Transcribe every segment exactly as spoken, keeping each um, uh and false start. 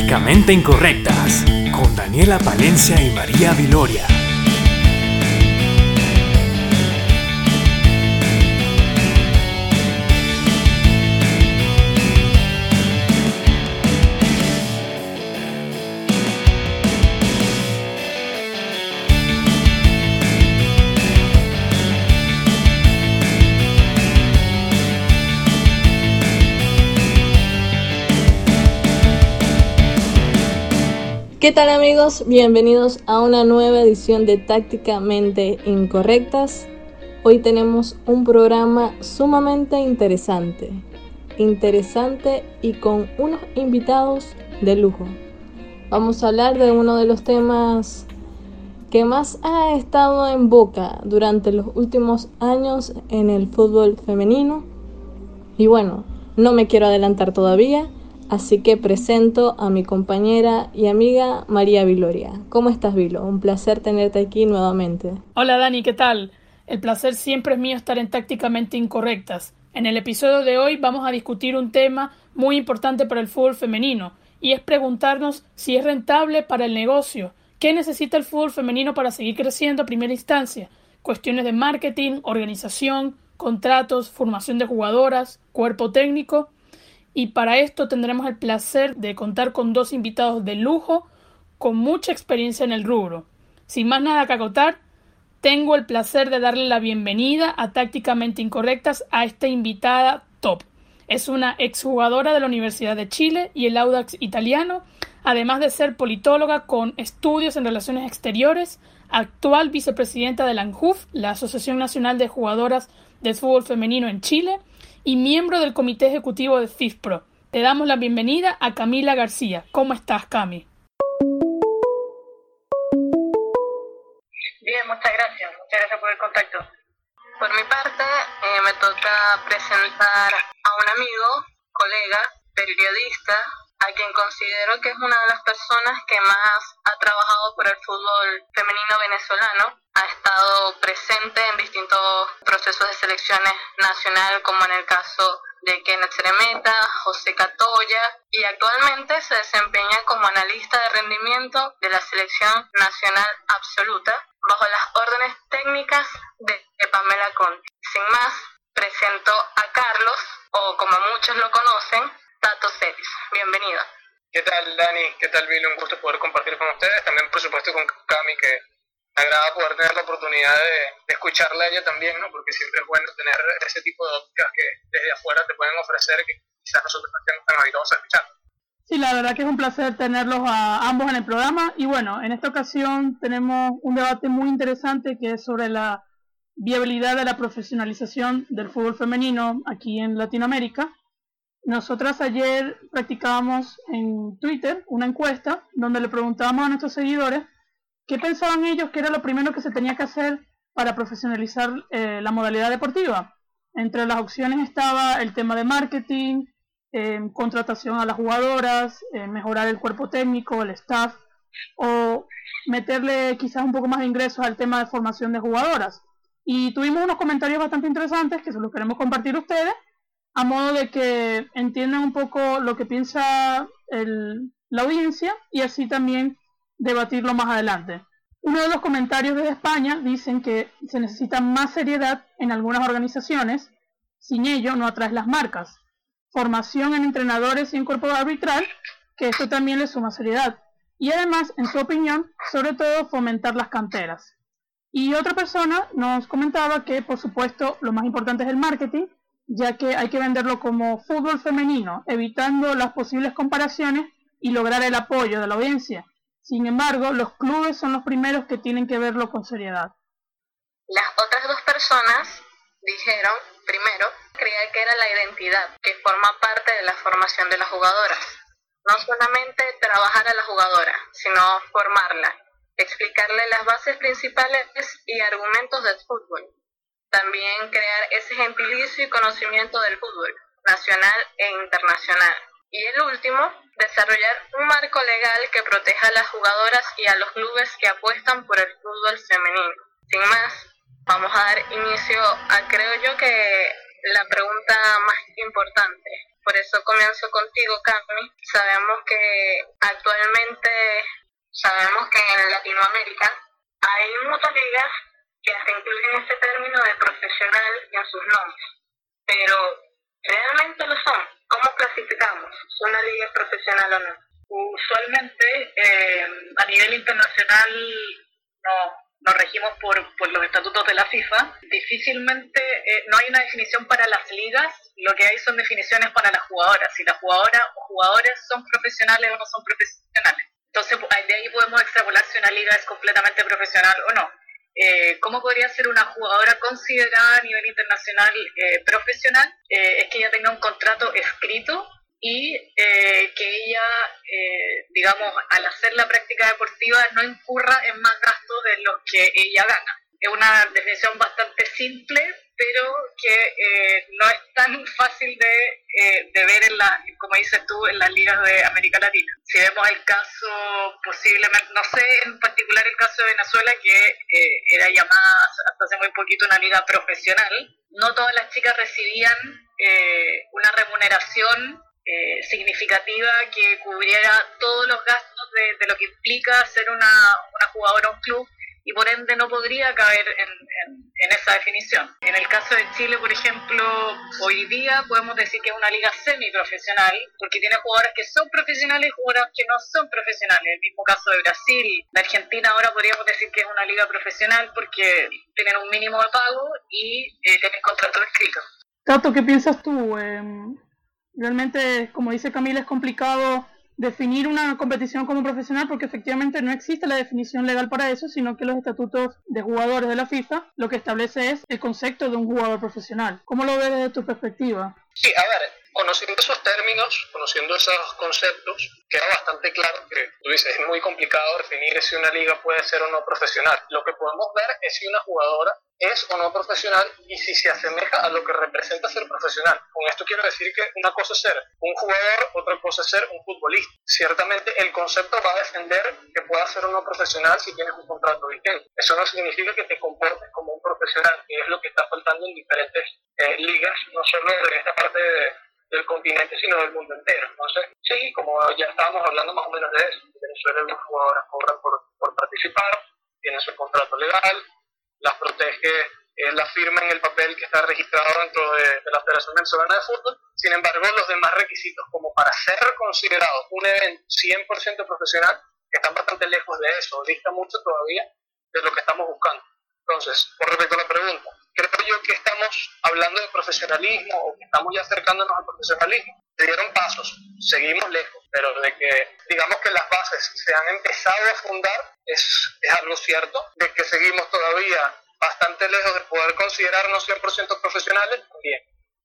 Tácticamente Incorrectas, con Daniela Palencia y María Viloria. ¿Qué tal, amigos? Bienvenidos a una nueva edición de Tácticamente Incorrectas. Hoy tenemos un programa sumamente interesante, interesante y con unos invitados de lujo. Vamos a hablar de uno de los temas que más ha estado en boca durante los últimos años en el fútbol femenino. Y bueno, no me quiero adelantar todavía. Así que presento a mi compañera y amiga María Viloria. ¿Cómo estás, Vilo? Un placer tenerte aquí nuevamente. Hola, Dani, ¿qué tal? El placer siempre es mío estar en Tácticamente Incorrectas. En el episodio de hoy vamos a discutir un tema muy importante para el fútbol femenino, y es preguntarnos si es rentable para el negocio. ¿Qué necesita el fútbol femenino para seguir creciendo a primera instancia? Cuestiones de marketing, organización, contratos, formación de jugadoras, cuerpo técnico. Y para esto tendremos el placer de contar con dos invitados de lujo con mucha experiencia en el rubro. Sin más nada que acotar, tengo el placer de darle la bienvenida a Tácticamente Incorrectas a esta invitada top. Es una exjugadora de la Universidad de Chile y el Audax italiano, además de ser politóloga con estudios en relaciones exteriores, actual vicepresidenta de la ANJUF, la Asociación Nacional de Jugadoras de Fútbol Femenino en Chile, y miembro del comité ejecutivo de FIFPro. Te damos la bienvenida a Camila García. ¿Cómo estás, Cami? Bien, muchas gracias. Muchas gracias por el contacto. Por mi parte, eh, me toca presentar a un amigo, colega, periodista, a quien considero que es una de las personas que más ha trabajado por el fútbol femenino venezolano. Ha estado presente en distintos procesos de selecciones nacional, como en el caso de Kenneth Ceremeta, José Catoya, y actualmente se desempeña como analista de rendimiento de la selección nacional absoluta, bajo las órdenes técnicas de Pamela Conti. Sin más, presento a Carlos, o como muchos lo conocen, Tato Celis. Bienvenido. ¿Qué tal, Dani? ¿Qué tal, Billy? Un gusto poder compartir con ustedes. También, por supuesto, con Cami, que me agrada poder tener la oportunidad de, de escucharla a ella también, ¿no? Porque siempre es bueno tener ese tipo de ópticas que desde afuera te pueden ofrecer que quizás nosotros no estemos tan habituados a escuchar. Sí, la verdad que es un placer tenerlos a ambos en el programa. Y bueno, en esta ocasión tenemos un debate muy interesante que es sobre la viabilidad de la profesionalización del fútbol femenino aquí en Latinoamérica. Nosotras ayer practicábamos en Twitter una encuesta donde le preguntábamos a nuestros seguidores qué pensaban ellos que era lo primero que se tenía que hacer para profesionalizar eh, la modalidad deportiva. Entre las opciones estaba el tema de marketing, eh, contratación a las jugadoras, eh, mejorar el cuerpo técnico, el staff, o meterle quizás un poco más de ingresos al tema de formación de jugadoras. Y tuvimos unos comentarios bastante interesantes que se los queremos compartir a ustedes, a modo de que entiendan un poco lo que piensa el, la audiencia y así también debatirlo más adelante. Uno de los comentarios desde España dicen que se necesita más seriedad en algunas organizaciones, sin ello no atraes las marcas. Formación en entrenadores y en cuerpo arbitral, que esto también le suma seriedad. Y además, en su opinión, sobre todo fomentar las canteras. Y otra persona nos comentaba que, por supuesto, lo más importante es el marketing, ya que hay que venderlo como fútbol femenino, evitando las posibles comparaciones y lograr el apoyo de la audiencia. Sin embargo, los clubes son los primeros que tienen que verlo con seriedad. Las otras dos personas dijeron, primero, creía que era la identidad, que forma parte de la formación de las jugadoras. No solamente trabajar a la jugadora, sino formarla, explicarle las bases principales y argumentos del fútbol. También crear ese gentilicio y conocimiento del fútbol, nacional e internacional. Y el último, desarrollar un marco legal que proteja a las jugadoras y a los clubes que apuestan por el fútbol femenino. Sin más, vamos a dar inicio a, creo yo, que la pregunta más importante. Por eso comienzo contigo, Cami. Sabemos que actualmente, sabemos que en Latinoamérica hay muchas ligas que hasta incluyen ese término de profesional en sus nombres, pero ¿realmente lo son? ¿Cómo clasificamos si una liga es profesional o no? Usualmente, eh, a nivel internacional, no, nos regimos por, por los estatutos de la FIFA. Difícilmente, eh, no hay una definición para las ligas, lo que hay son definiciones para las jugadoras, si las jugadoras o jugadores son profesionales o no son profesionales. Entonces, de ahí podemos extrapolar si una liga es completamente profesional o no. Eh, ¿Cómo podría ser una jugadora considerada a nivel internacional eh, profesional? Eh, es que ella tenga un contrato escrito y eh, que ella, eh, digamos, al hacer la práctica deportiva no incurra en más gastos de los que ella gana. Es una definición bastante simple, pero que eh, no es tan fácil de, eh, de ver, en la, como dices tú, en las ligas de América Latina. Si vemos el caso, posiblemente, no sé en particular el caso de Venezuela, que eh, era llamada hasta hace muy poquito una liga profesional, no todas las chicas recibían eh, una remuneración eh, significativa que cubriera todos los gastos de, de lo que implica ser una, una jugadora a un club, y por ende no podría caber en, en, en esa definición. En el caso de Chile, por ejemplo, hoy día podemos decir que es una liga semiprofesional, porque tiene jugadoras que son profesionales y jugadoras que no son profesionales. El mismo caso de Brasil, de Argentina ahora podríamos decir que es una liga profesional porque tienen un mínimo de pago y eh, tienen contrato escrito. Tato, ¿qué piensas tú? Eh, realmente, como dice Camila, es complicado definir una competición como profesional porque efectivamente no existe la definición legal para eso, sino que los estatutos de jugadores de la FIFA lo que establece es el concepto de un jugador profesional. ¿Cómo lo ves desde tu perspectiva? Sí, a ver, conociendo esos términos, conociendo esos conceptos, queda bastante claro que, tú dices, es muy complicado definir si una liga puede ser o no profesional. Lo que podemos ver es si una jugadora es o no profesional y si se asemeja a lo que representa ser profesional. Con esto quiero decir que una cosa es ser un jugador, otra cosa es ser un futbolista. Ciertamente el concepto va a defender que puedas ser o no profesional si tienes un contrato vigente. Eso no significa que te comportes como un profesional, que es lo que está faltando en diferentes eh, ligas, no solo en esta parte de, del continente, sino del mundo entero. Entonces, sí, como ya estábamos hablando más o menos de eso, Venezuela las jugadoras cobran por, por participar, tienen su contrato legal, las protege eh, la firma en el papel que está registrado dentro de, de la Federación Venezolana de Fútbol. Sin embargo, los demás requisitos como para ser considerado un evento cien por ciento profesional están bastante lejos de eso, dista mucho todavía de lo que estamos buscando. Entonces, con respecto a la pregunta, creo yo que estamos hablando de profesionalismo o que estamos ya acercándonos al profesionalismo. Se dieron pasos, seguimos lejos, pero de que digamos que las bases se han empezado a fundar es, es algo cierto, de que seguimos todavía bastante lejos de poder considerarnos cien por ciento profesionales también.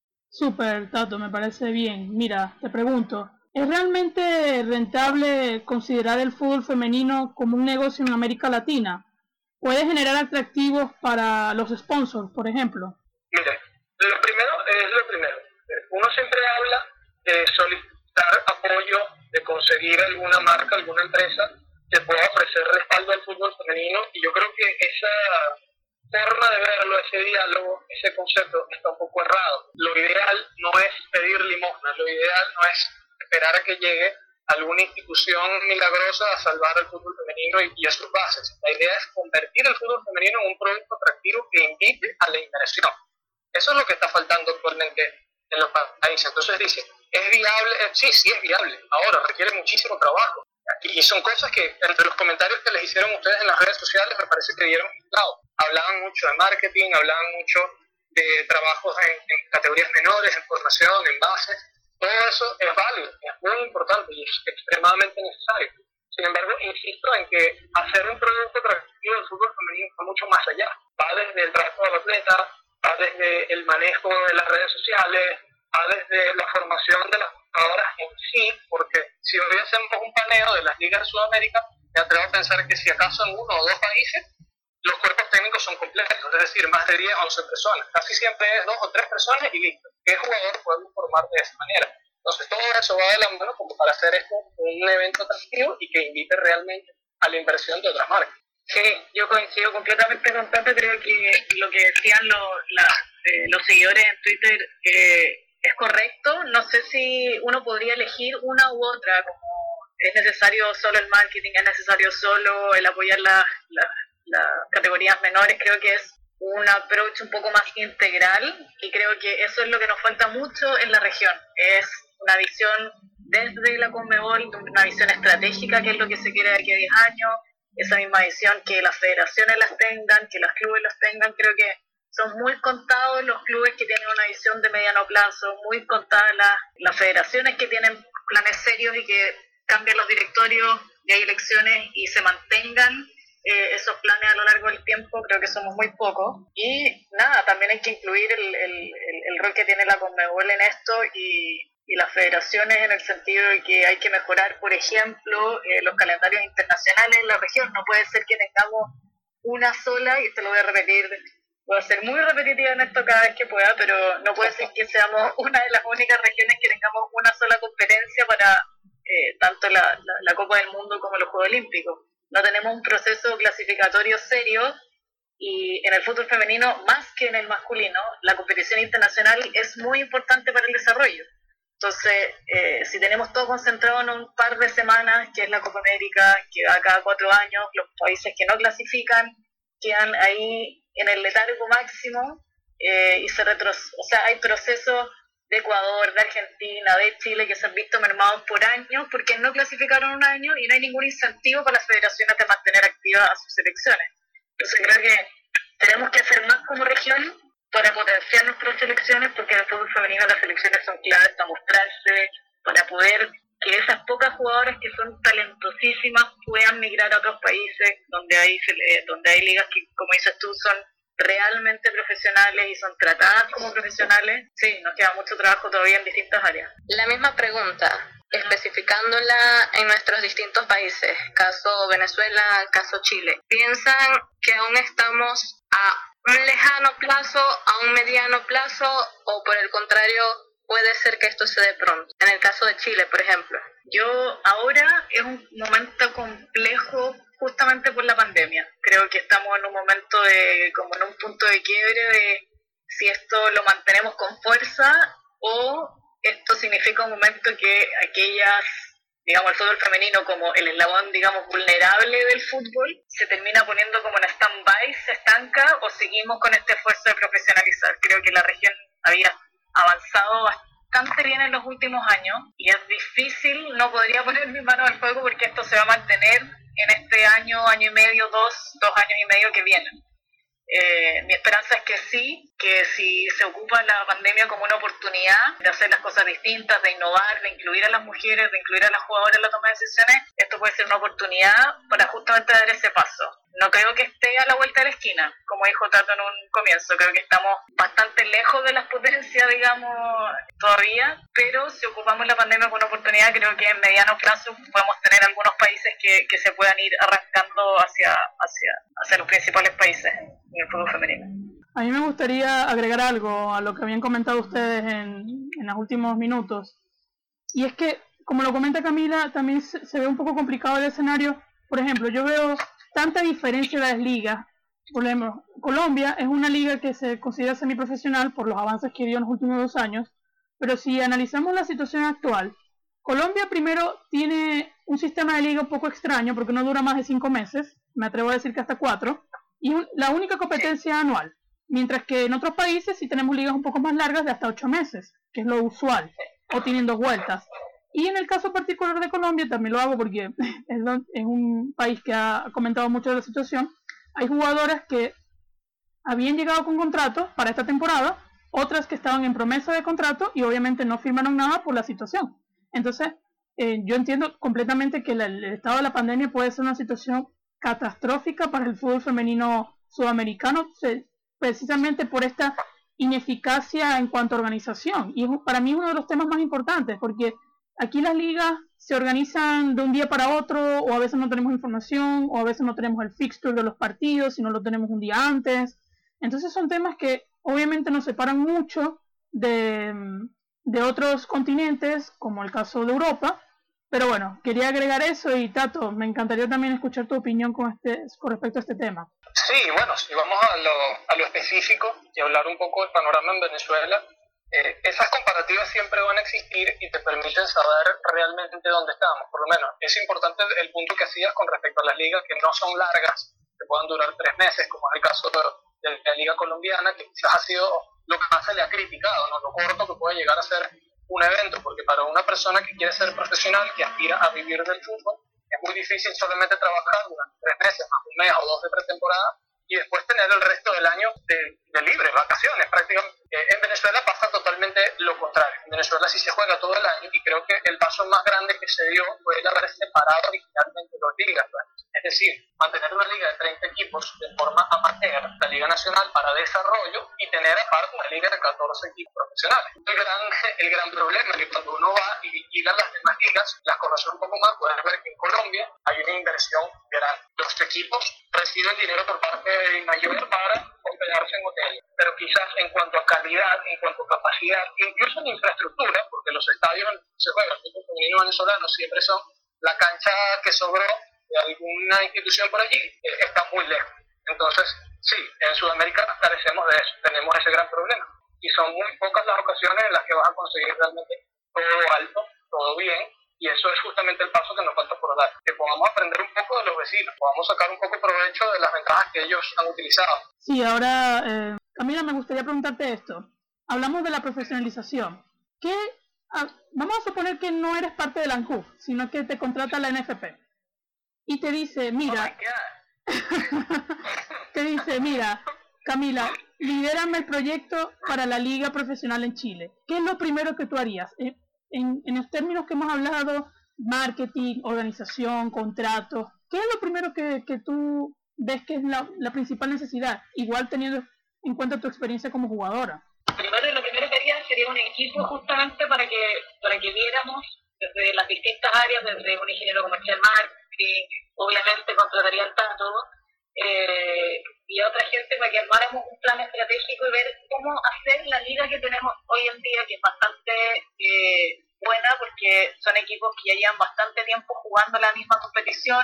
Súper, Tato, me parece bien. Mira, te pregunto, ¿es realmente rentable considerar el fútbol femenino como un negocio en América Latina? ¿Puede generar atractivos para los sponsors, por ejemplo? Mire, lo primero es lo primero. Uno siempre habla de solicitar apoyo, de conseguir alguna marca, alguna empresa que pueda ofrecer respaldo al fútbol femenino, y yo creo que esa forma de verlo, ese diálogo, ese concepto está un poco errado. Lo ideal no es pedir limosna, lo ideal no es esperar a que llegue alguna institución milagrosa a salvar al fútbol femenino y, y a sus bases. La idea es convertir el fútbol femenino en un producto atractivo que invite a la inversión. Eso es lo que está faltando actualmente en los países. Entonces dice, ¿es viable? Sí, sí es viable. Ahora requiere muchísimo trabajo. Y son cosas que entre los comentarios que les hicieron ustedes en las redes sociales me parece que dieron claro. Hablaban mucho de marketing, hablaban mucho de trabajos en, en categorías menores, en formación, en bases. Todo eso es válido, es muy importante y es extremadamente necesario. Sin embargo, insisto en que hacer un producto atractivo del fútbol femenino va mucho más allá. Va desde el trabajo del atleta, va desde el manejo de las redes sociales, va desde la formación de las jugadoras en sí, porque si hoy hacemos un paneo de las ligas de Sudamérica, me atrevo a pensar que si acaso en uno o dos países los cuerpos técnicos son completos, es decir, más de diez o once personas. Casi siempre es dos o tres personas y listo. ¿Qué jugador podemos formar de esa manera? Entonces todo eso va de la mano como para hacer esto un evento atractivo y que invite realmente a la inversión de otras marcas. Sí, yo coincido completamente con Tato. Creo que lo que decían los, la, eh, los seguidores en Twitter eh, es correcto. No sé si uno podría elegir una u otra, como es necesario solo el marketing, es necesario solo el apoyar las la, la categorías menores. Creo que es un approach un poco más integral y creo que eso es lo que nos falta mucho en la región. Es una visión desde la Conmebol, una visión estratégica, que es lo que se quiere de aquí a diez años, esa misma visión que las federaciones las tengan, que los clubes las tengan. Creo que son muy contados los clubes que tienen una visión de mediano plazo, muy contadas las, las federaciones que tienen planes serios y que cambian los directorios y hay elecciones y se mantengan eh, esos planes a lo largo del tiempo. Creo que somos muy pocos. Y nada, también hay que incluir el, el, el, el rol que tiene la Conmebol en esto y, y las federaciones, en el sentido de que hay que mejorar, por ejemplo, eh, los calendarios internacionales en la región. No puede ser que tengamos una sola, y te lo voy a repetir, voy a ser muy repetitiva en esto cada vez que pueda, pero no puede ser que seamos una de las únicas regiones que tengamos una sola competencia para eh, tanto la, la, la Copa del Mundo como los Juegos Olímpicos. No tenemos un proceso clasificatorio serio, y en el fútbol femenino, más que en el masculino, la competición internacional es muy importante para el desarrollo. Entonces, eh, si tenemos todo concentrado en un par de semanas, que es la Copa América, que va cada cuatro años, los países que no clasifican quedan ahí en el letargo máximo, eh, y se retroc- o sea, hay procesos de Ecuador, de Argentina, de Chile que se han visto mermados por años porque no clasificaron un año y no hay ningún incentivo para las federaciones de mantener activas a sus selecciones. Entonces creo que tenemos que hacer más como región para potenciar nuestras selecciones, porque en el fútbol femenino las selecciones son claves para mostrarse, para poder que esas pocas jugadoras que son talentosísimas puedan migrar a otros países donde hay, donde hay ligas que, como dices tú, son realmente profesionales y son tratadas como profesionales. Sí, nos queda mucho trabajo todavía en distintas áreas. La misma pregunta, especificándola en nuestros distintos países, caso Venezuela, caso Chile. ¿Piensan que aún estamos a un lejano plazo, a un mediano plazo, o por el contrario, puede ser que esto se dé pronto? En el caso de Chile, por ejemplo. Yo ahora es un momento complejo justamente por la pandemia. Creo que estamos en un momento de, como en un punto de quiebre de si esto lo mantenemos con fuerza o esto significa un momento que aquellas, digamos, el fútbol femenino como el eslabón, digamos, vulnerable del fútbol, se termina poniendo como en stand-by, se estanca, o seguimos con este esfuerzo de profesionalizar. Creo que la región había avanzado bastante bien en los últimos años y es difícil, no podría poner mi mano al fuego porque esto se va a mantener en este año, año y medio, dos, dos años y medio que vienen. Eh, mi esperanza es que sí, que si se ocupa la pandemia como una oportunidad de hacer las cosas distintas, de innovar, de incluir a las mujeres, de incluir a las jugadoras en la toma de decisiones, esto puede ser una oportunidad para justamente dar ese paso. No creo que esté a la vuelta de la esquina, como dijo Tato en un comienzo. Creo que estamos bastante lejos de las potencias, digamos, todavía, pero si ocupamos la pandemia como una oportunidad, creo que en mediano plazo podemos tener algunos países que, que se puedan ir arrancando hacia, hacia, hacia los principales países en el fútbol femenino. A mí me gustaría agregar algo a lo que habían comentado ustedes en, en los últimos minutos. Y es que, como lo comenta Camila, también se, se ve un poco complicado el escenario. Por ejemplo, yo veo tanta diferencia de las ligas. Por ejemplo, Colombia es una liga que se considera semiprofesional por los avances que dio en los últimos dos años. Pero si analizamos la situación actual, Colombia primero tiene un sistema de liga un poco extraño porque no dura más de cinco meses. Me atrevo a decir que hasta cuatro. Y un, la única competencia anual. Mientras que en otros países sí tenemos ligas un poco más largas de hasta ocho meses, que es lo usual, o tienen dos vueltas. Y en el caso particular de Colombia, también lo hago porque es, lo, es un país que ha comentado mucho de la situación, hay jugadoras que habían llegado con contratos para esta temporada, otras que estaban en promesa de contrato y obviamente no firmaron nada por la situación. Entonces, eh, yo entiendo completamente que la, el estado de la pandemia puede ser una situación catastrófica para el fútbol femenino sudamericano, se, precisamente por esta ineficacia en cuanto a organización. Y es, para mí es uno de los temas más importantes, porque aquí las ligas se organizan de un día para otro, o a veces no tenemos información, o a veces no tenemos el fixture de los partidos, sino lo tenemos un día antes. Entonces son temas que obviamente nos separan mucho de, de otros continentes, como el caso de Europa. Pero bueno, quería agregar eso y Tato, me encantaría también escuchar tu opinión con, este, con respecto a este tema. Sí, bueno, si vamos a lo, a lo específico y hablar un poco del panorama en Venezuela, eh, esas comparativas siempre van a existir y te permiten saber realmente dónde estamos. Por lo menos es importante el punto que hacías con respecto a las ligas, que no son largas, que puedan durar tres meses, como es el caso de, de la liga colombiana, que quizás ha sido lo que más se le ha criticado, ¿no? Lo corto que puede llegar a ser un evento, porque para una persona que quiere ser profesional, que aspira a vivir del fútbol, es muy difícil solamente trabajar durante tres meses, más un mes o dos de pretemporada, y después tener el resto del año de, de libre, vacaciones prácticamente. Eh, en Venezuela pasa totalmente lo contrario. En Venezuela sí se juega todo el año, y creo que el paso más grande que se dio fue el haber separado originalmente las ligas. Es decir, mantener una liga de treinta equipos de forma amateur, la Liga Nacional para desarrollo, y tener aparte una liga de catorce equipos profesionales. El gran, el gran problema es que cuando uno va y vigila las demás ligas, las conoce un poco más, pueden ver que en Colombia hay una inversión grande. Los equipos reciben dinero por parte de mayor para hospedarse en hoteles, pero quizás en cuanto a calidad, en cuanto a capacidad, incluso en infraestructura, porque los estadios se juegan, el fútbol femenino venezolano siempre son la cancha que sobró de alguna institución por allí, eh, está muy lejos. Entonces, sí, en Sudamérica carecemos de eso, tenemos ese gran problema, y son muy pocas las ocasiones en las que vas a conseguir realmente todo alto, todo bien, y eso es justamente el paso que nos falta por dar, que podamos aprender un poco de los vecinos, podamos sacar un poco provecho de las ventajas que ellos han utilizado. Sí, ahora, eh, Camila, me gustaría preguntarte esto. Hablamos de la profesionalización. ¿Qué, ah, vamos a suponer que no eres parte de la ANJUF, sino que te contrata la N F P y te dice, mira, Oh te dice, mira, Camila, lidérame el proyecto para la liga profesional en Chile. ¿Qué es lo primero que tú harías? En, en, en los términos que hemos hablado, marketing, organización, contratos, ¿qué es lo primero que, que tú ves que es la, la principal necesidad? Igual teniendo en cuenta tu experiencia como jugadora. Primero, lo primero que haría sería un equipo justamente para que, para que viéramos desde las distintas áreas, desde un ingeniero comercial, marketing, obviamente contrataría al Tato, eh, y a otra gente para que armáramos un plan estratégico y ver cómo hacer la liga que tenemos hoy en día, que es bastante eh, buena, porque son equipos que ya llevan bastante tiempo jugando la misma competición,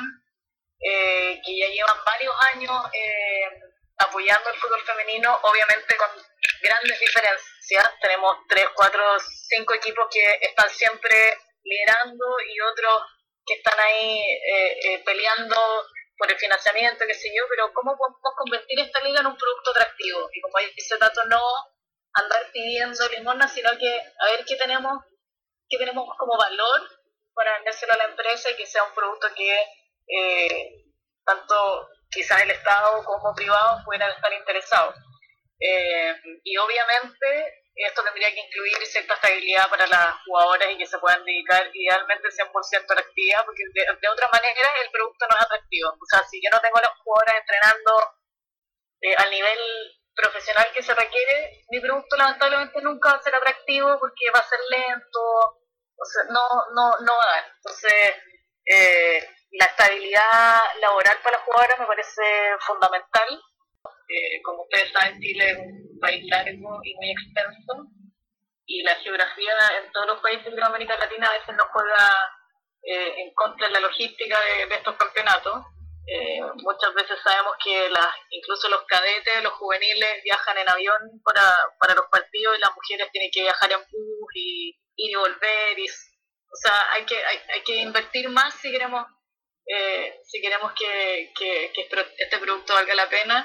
eh, que ya llevan varios años eh, apoyando el fútbol femenino, obviamente con grandes diferencias. Tenemos tres, cuatro, cinco equipos que están siempre liderando y otros que están ahí eh, eh, peleando por el financiamiento, qué sé yo, pero ¿cómo podemos convertir esta liga en un producto atractivo? Y como dice Tato, no andar pidiendo limosna, sino que a ver qué tenemos, qué tenemos como valor para vendérselo a la empresa y que sea un producto que eh, tanto quizás el Estado como privado puedan estar interesados. Eh, y obviamente esto tendría que incluir cierta estabilidad para las jugadoras y que se puedan dedicar idealmente cien por ciento a la actividad, porque de, de otra manera el producto no es atractivo. O sea, si yo no tengo a las jugadoras entrenando eh, al nivel profesional que se requiere, mi producto lamentablemente nunca va a ser atractivo porque va a ser lento, o sea, no, no, no va a dar. Entonces, eh, la estabilidad laboral para las jugadoras me parece fundamental. Eh, como ustedes saben, Chile es un país largo y muy extenso, y la geografía en todos los países de América Latina a veces nos juega eh, en contra de la logística de, de estos campeonatos. Eh, muchas veces sabemos que las, incluso los cadetes, los juveniles viajan en avión para, para los partidos, y las mujeres tienen que viajar en bus y ir y volver. Y, o sea, hay que, hay, hay que invertir más si queremos, eh, si queremos que, que, que este producto valga la pena.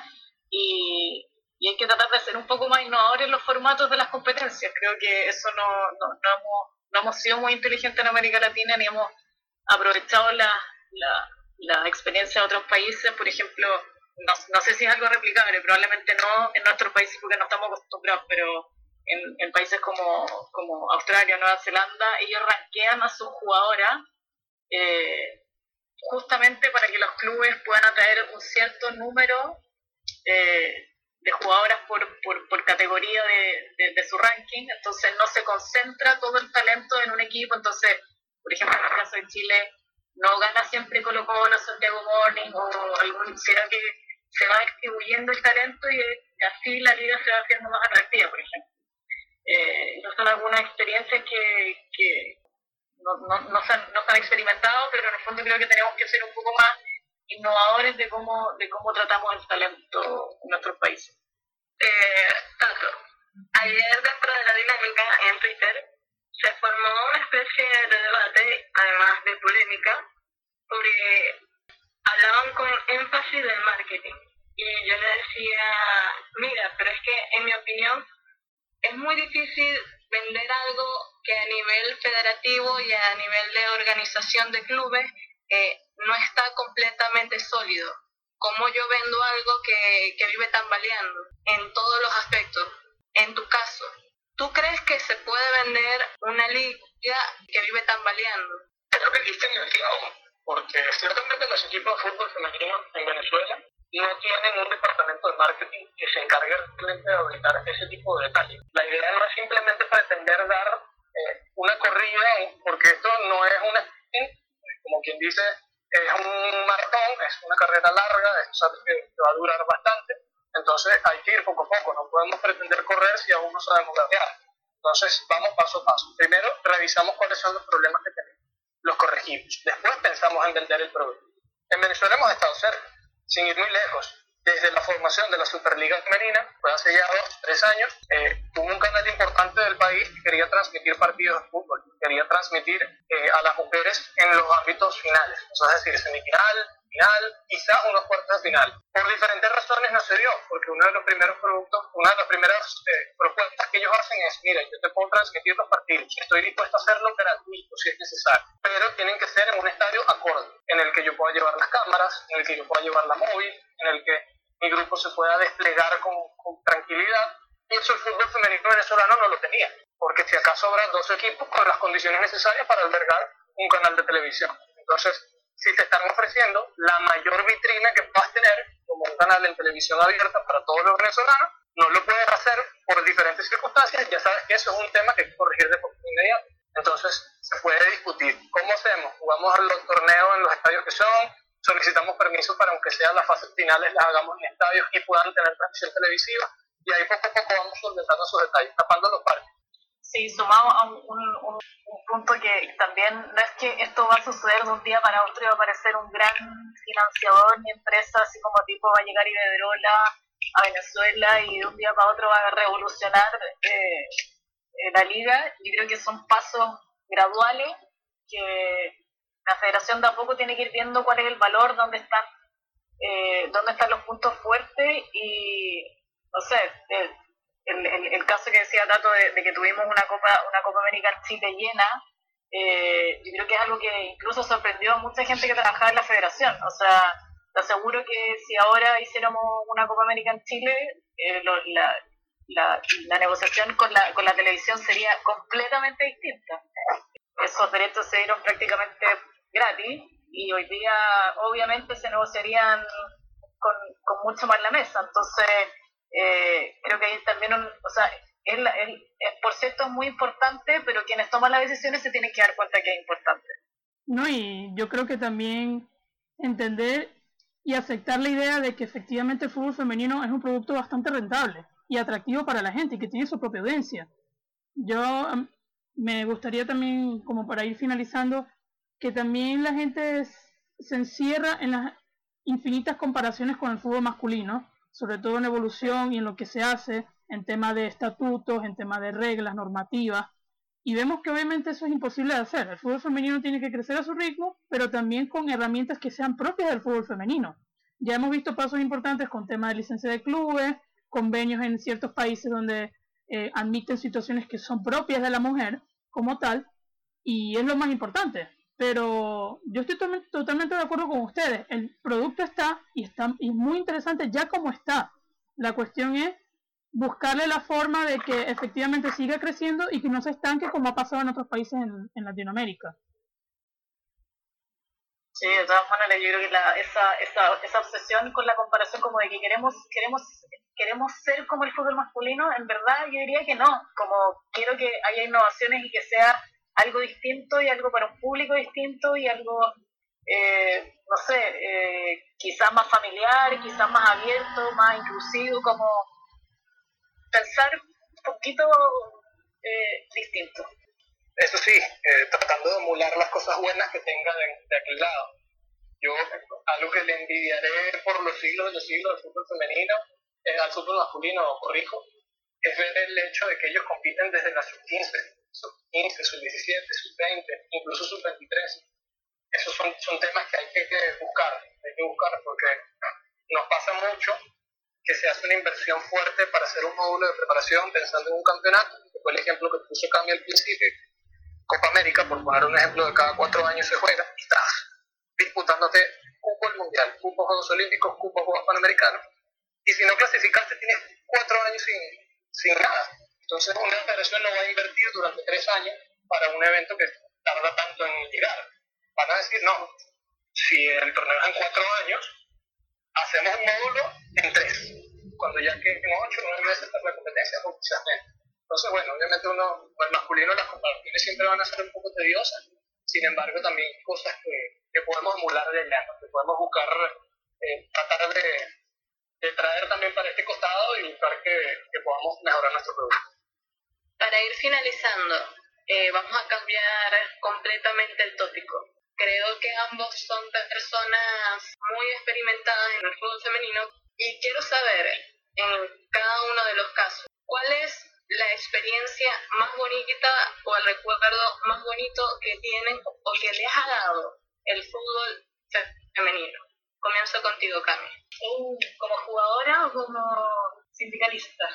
Y, y hay que tratar de ser un poco más innovadores en los formatos de las competencias. Creo que eso no, no, no, hemos, no hemos sido muy inteligentes en América Latina, ni hemos aprovechado la, la, la experiencia de otros países. Por ejemplo, no, no sé si es algo replicable, probablemente no en nuestros países porque no estamos acostumbrados, pero en, en países como, como Australia, Nueva Zelanda, ellos rankean a sus jugadoras eh, justamente para que los clubes puedan atraer un cierto número Eh, de jugadoras por, por, por categoría de, de, de su ranking. Entonces no se concentra todo el talento en un equipo. Entonces, por ejemplo, en el caso de Chile, no gana siempre Colo Colo, Santiago Morning o algún, sino que se va distribuyendo el talento y así la liga se va haciendo más atractiva, por ejemplo. Eh, no son algunas experiencias que, que no, no, no, se han, no se han experimentado, pero en el fondo creo que tenemos que ser un poco más innovadores de cómo de cómo tratamos el talento en nuestros países. Eh, tanto, Ayer dentro de la dinámica en Twitter se formó una especie de debate, además de polémica, porque hablaban con énfasis del marketing. Y yo le decía, mira, pero es que en mi opinión es muy difícil vender algo que a nivel federativo y a nivel de organización de clubes eh, no está completamente sólido. ¿Cómo yo vendo algo que, que vive tambaleando en todos los aspectos? En tu caso, ¿tú crees que se puede vender una liga que vive tambaleando? Creo que diste en el clavo, porque ciertamente los equipos de fútbol femenino en Venezuela no tienen un departamento de marketing que se encargue realmente de auditar ese tipo de detalles. La idea no es simplemente pretender dar eh, una corrida, porque esto no es una, como quien dice, es un maratón, es una carrera larga, es algo que va a durar bastante, entonces hay que ir poco a poco, no podemos pretender correr si aún no sabemos gatear. Entonces vamos paso a paso. Primero revisamos cuáles son los problemas que tenemos, los corregimos, después pensamos en vender el producto. En Venezuela hemos estado cerca, sin ir muy lejos, desde la formación de la Superliga Femenina, fue hace ya dos, tres años, eh, hubo un canal importante del país que quería transmitir partidos de fútbol, quería transmitir eh, a las mujeres en los ámbitos finales, o sea, es decir, semifinal, final, quizás unos cuartos de final. Por diferentes razones no se dio, porque uno de los primeros productos, una de las primeras eh, propuestas que ellos hacen es, mira, yo te puedo transmitir los partidos, estoy dispuesto a hacerlo gratuito si es necesario, pero tienen que ser en un estadio acorde, en el que yo pueda llevar las cámaras, en el que yo pueda llevar la móvil, en el que mi grupo se pueda desplegar con, con tranquilidad, y eso el fútbol femenino venezolano no lo tenía, porque si acaso habrá dos equipos con las condiciones necesarias para albergar un canal de televisión. Entonces, si te están ofreciendo la mayor vitrina que puedas tener, como un canal en televisión abierta para todos los venezolanos, no lo puedes hacer por diferentes circunstancias, ya sabes que eso es un tema que hay que corregir de forma inmediata. Entonces, se puede discutir. ¿Cómo hacemos? ¿Jugamos los torneos en los estadios que son? ¿Solicitamos permiso para, aunque sean las fases finales, las hagamos en estadios y puedan tener transmisión televisiva? Y ahí poco a poco vamos solventando esos detalles, tapando los parques. Sí, sumado a un, un, un, un punto que también no es que esto va a suceder de un día para otro y va a aparecer un gran financiador ni empresa, así como tipo va a llegar Iberdrola a Venezuela y de un día para otro va a revolucionar eh, eh, la liga. Yo creo que son pasos graduales que la federación tampoco tiene que ir viendo cuál es el valor, dónde están, eh, dónde están los puntos fuertes y, no sé, eh, El, el, el caso que decía Tato de, de que tuvimos una Copa una Copa América en Chile llena, eh, yo creo que es algo que incluso sorprendió a mucha gente que trabajaba en la federación. O sea, te aseguro que si ahora hiciéramos una Copa América en Chile, eh, lo, la, la, la negociación con la, con la televisión sería completamente distinta. Esos derechos se dieron prácticamente gratis y hoy día obviamente se negociarían con, con mucho más la mesa. Entonces, Eh, creo que hay también un, o sea, el, el, el por cierto es muy importante, pero quienes toman las decisiones se tienen que dar cuenta que es importante. No, y yo creo que también entender y aceptar la idea de que efectivamente el fútbol femenino es un producto bastante rentable y atractivo para la gente y que tiene su propia audiencia. Yo um, me gustaría también, como para ir finalizando, que también la gente es, se encierra en las infinitas comparaciones con el fútbol masculino, sobre todo en evolución y en lo que se hace en tema de estatutos, en tema de reglas, normativas, y vemos que obviamente eso es imposible de hacer. El fútbol femenino tiene que crecer a su ritmo, pero también con herramientas que sean propias del fútbol femenino. Ya hemos visto pasos importantes con tema de licencia de clubes, convenios en ciertos países donde eh, admiten situaciones que son propias de la mujer como tal, y es lo más importante. Pero yo estoy totalmente, totalmente de acuerdo con ustedes. El producto está y está y muy interesante ya como está. La cuestión es buscarle la forma de que efectivamente siga creciendo y que no se estanque como ha pasado en otros países en, en Latinoamérica. Sí, de todas maneras yo creo que la, esa, esa, esa obsesión con la comparación como de que queremos, queremos, queremos ser como el fútbol masculino, en verdad yo diría que no. Como quiero que haya innovaciones y que sea algo distinto y algo para un público distinto y algo, eh, no sé, eh, quizás más familiar, quizás más abierto, más inclusivo, como pensar un poquito eh, distinto. Eso sí, eh, tratando de emular las cosas buenas que tenga de, de aquel lado. Yo, algo que le envidiaré por los siglos de los siglos al fútbol femenino, eh, al fútbol masculino, corrijo, es ver el hecho de que ellos compiten desde la sub quince, sub quince, sub diecisiete, sub veinte, incluso sub veintitrés. Esos son, son temas que hay que, que buscar, hay que buscar porque nos pasa mucho que se hace una inversión fuerte para hacer un módulo de preparación pensando en un campeonato, que fue el ejemplo que puso Cami al principio. Copa América, por poner un ejemplo, de cada cuatro años se juega, y estás disputándote cupo al Mundial, cupo Juegos Olímpicos, cupo Juegos Panamericanos, y si no clasificaste tienes cuatro años sin, sin nada. Entonces una federación no va a invertir durante tres años para un evento que tarda tanto en llegar. Van a decir, no, si el torneo es en cuatro años, hacemos un módulo en tres, cuando ya que en ocho o nueve meses está la competencia, o quizás menos. Entonces, bueno, obviamente uno, el masculino, las comparaciones siempre van a ser un poco tediosas, sin embargo también hay cosas que, que podemos emular de allá, ¿no? Que podemos buscar, eh, tratar de, de traer también para este costado y buscar que, que podamos mejorar nuestro producto. Para ir finalizando, eh, vamos a cambiar completamente el tópico. Creo que ambos son personas muy experimentadas en el fútbol femenino y quiero saber, en cada uno de los casos, ¿cuál es la experiencia más bonita o el recuerdo más bonito que tienen o que les ha dado el fútbol femenino? Comienzo contigo, Cami. Uh, ¿Como jugadora o como sindicalista?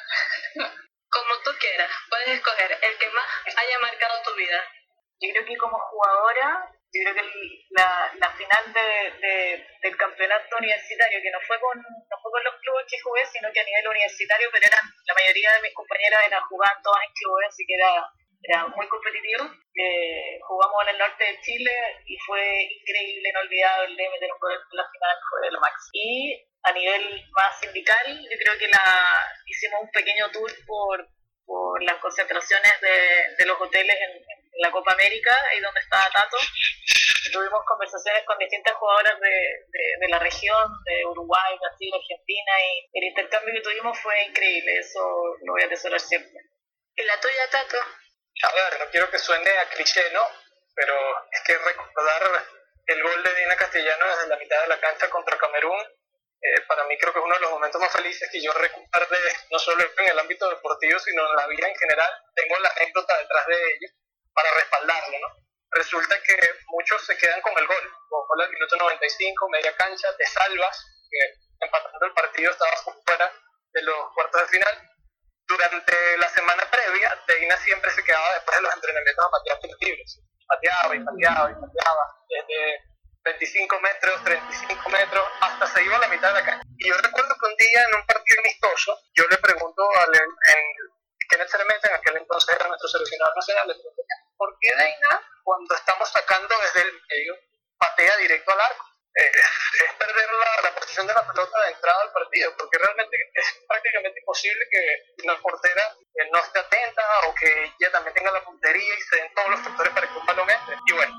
Como tú quieras, puedes escoger el que más haya marcado tu vida. Yo creo que como jugadora, yo creo que el, la, la final de, de, del campeonato universitario, que no fue con no fue con los clubes que jugué, sino que a nivel universitario, pero eran, la mayoría de mis compañeras eran jugaban todas en clubes, así que era, era muy competitivo. Eh, jugamos en el norte de Chile y fue increíble, inolvidable, meter un gol en la final fue lo máximo. Y a nivel más sindical, yo creo que la hicimos un pequeño tour por, por las concentraciones de, de los hoteles en, en la Copa América, ahí donde estaba Tato. Tuvimos conversaciones con distintas jugadoras de, de, de la región, de Uruguay, Brasil, Argentina, y el intercambio que tuvimos fue increíble, eso lo voy a atesorar siempre. ¿Y la tuya, Tato? A ver, no quiero que suene a cliché, ¿no? Pero es que recordar el gol de Dina Castellano desde la mitad de la cancha contra Camerún, eh, para mí creo que es uno de los momentos más felices que yo recuerdo, no solo en el ámbito deportivo, sino en la vida en general. Tengo la anécdota detrás de ello para respaldarlo, ¿no? Resulta que muchos se quedan con el gol. Gol al minuto noventa y cinco, media cancha, te salvas, que empatando el partido estabas fuera de los cuartos de final. Durante la semana previa, Deina siempre se quedaba después de los entrenamientos a patear tiros libres. Pateaba y pateaba y pateaba, desde veinticinco metros, treinta y cinco metros, hasta se iba a la mitad de la cancha. Y yo recuerdo que un día en un partido amistoso, yo le pregunto al en, Kenneth Cermeta, en aquel entonces era nuestro seleccionador nacional, le pregunto, ¿por qué Deina, cuando estamos sacando desde el medio, patea directo al arco? Eh, es perder la, la posición de la pelota de entrada al partido, porque realmente es prácticamente imposible que una portera eh, no esté atenta o que ella también tenga la puntería y se den todos los factores para que un balón entre. Y bueno,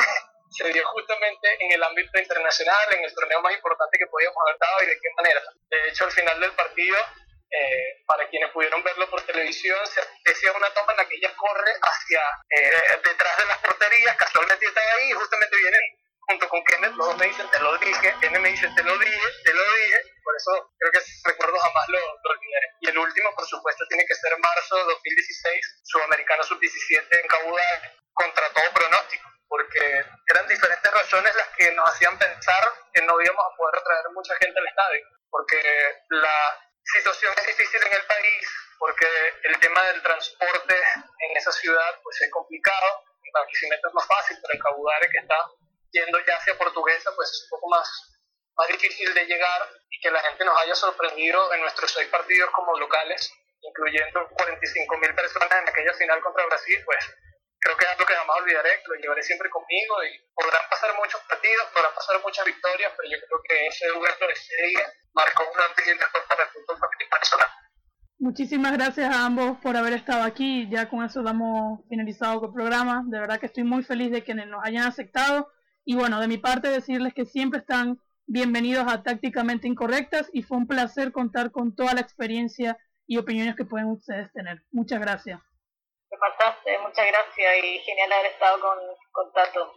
se dio justamente en el ámbito internacional, en el torneo más importante que podíamos haber dado y de qué manera. De hecho, al final del partido, eh, para quienes pudieron verlo por televisión, se decía una toma en la que ella corre hacia eh, detrás de las porterías, casualmente están ahí y justamente vienen junto con Kenneth, los dos me dicen, te lo dije, Kenneth me dice, te lo dije, te lo dije, por eso creo que ese recuerdo jamás lo, lo olvidaré. Y el último, por supuesto, tiene que ser marzo de dos mil dieciséis, Sudamericano sub diecisiete en Cabo Verde, contra todo pronóstico, porque eran diferentes razones las que nos hacían pensar que no íbamos a poder atraer mucha gente al estadio, porque la situación es difícil en el país, porque el tema del transporte en esa ciudad pues es complicado, en Barquisimeto es más fácil, pero en Cabo Verde, que está yendo ya hacia Portuguesa, pues es un poco más, más difícil de llegar, y que la gente nos haya sorprendido en nuestros seis partidos como locales, incluyendo cuarenta y cinco mil personas en aquella final contra Brasil, pues creo que es algo que jamás olvidaré, que lo llevaré siempre conmigo, y podrán pasar muchos partidos, podrán pasar muchas victorias, pero yo creo que ese duelo de ese día marcó un antes y un después para el fútbol personal. Muchísimas gracias a ambos por haber estado aquí. Ya con eso damos finalizado con el programa. De verdad que estoy muy feliz de que nos hayan aceptado. Y bueno, de mi parte decirles que siempre están bienvenidos a Tácticamente Incorrectas, y fue un placer contar con toda la experiencia y opiniones que pueden ustedes tener. Muchas gracias. Te pasaste, muchas gracias, y genial haber estado con, con Tato.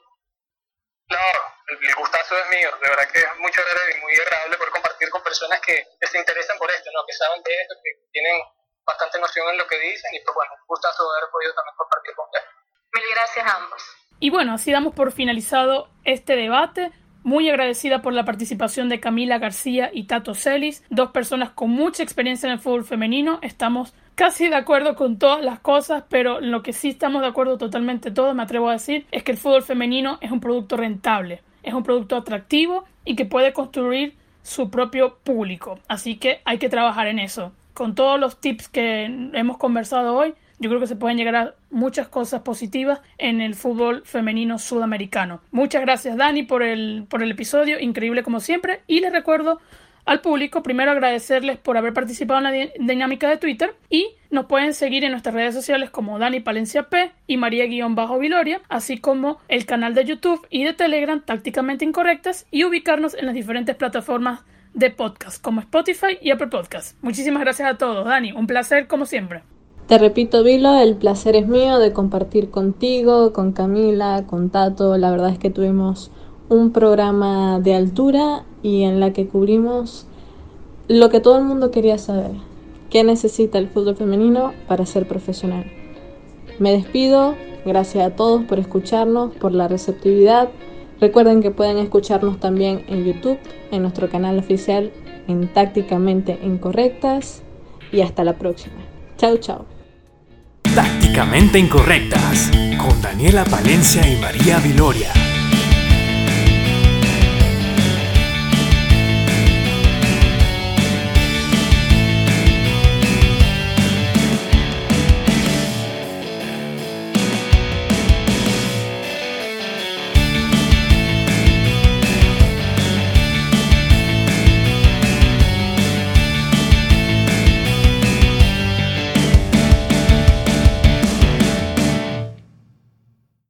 No, el, el gustazo es mío, de verdad que es mucho y muy agradable poder compartir con personas que, que se interesan por esto, ¿no? Que saben de esto, que tienen bastante noción en lo que dicen y pues bueno, un gustazo haber podido también compartir con ustedes. Mil gracias a ambos. Y bueno, así damos por finalizado este debate. Muy agradecida por la participación de Camila García y Tato Celis, dos personas con mucha experiencia en el fútbol femenino. Estamos casi de acuerdo con todas las cosas, pero lo que sí estamos de acuerdo totalmente todos, me atrevo a decir, es que el fútbol femenino es un producto rentable, es un producto atractivo y que puede construir su propio público. Así que hay que trabajar en eso. Con todos los tips que hemos conversado hoy, yo creo que se pueden llegar a muchas cosas positivas en el fútbol femenino sudamericano. Muchas gracias, Dani, por el, por el episodio, increíble como siempre. Y les recuerdo al público, primero agradecerles por haber participado en la di- dinámica de Twitter y nos pueden seguir en nuestras redes sociales como Dani Palencia P y María-Viloria, así como el canal de YouTube y de Telegram Tácticamente Incorrectas y ubicarnos en las diferentes plataformas de podcast como Spotify y Apple Podcast. Muchísimas gracias a todos, Dani, un placer como siempre. Te repito, Vilo, el placer es mío de compartir contigo, con Camila, con Tato. La verdad es que tuvimos un programa de altura y en la que cubrimos lo que todo el mundo quería saber. ¿Qué necesita el fútbol femenino para ser profesional? Me despido, gracias a todos por escucharnos, por la receptividad. Recuerden que pueden escucharnos también en YouTube, en nuestro canal oficial en Tácticamente Incorrectas. Y hasta la próxima. Chau, chau. Tácticamente Incorrectas, con Daniela Palencia y María Viloria.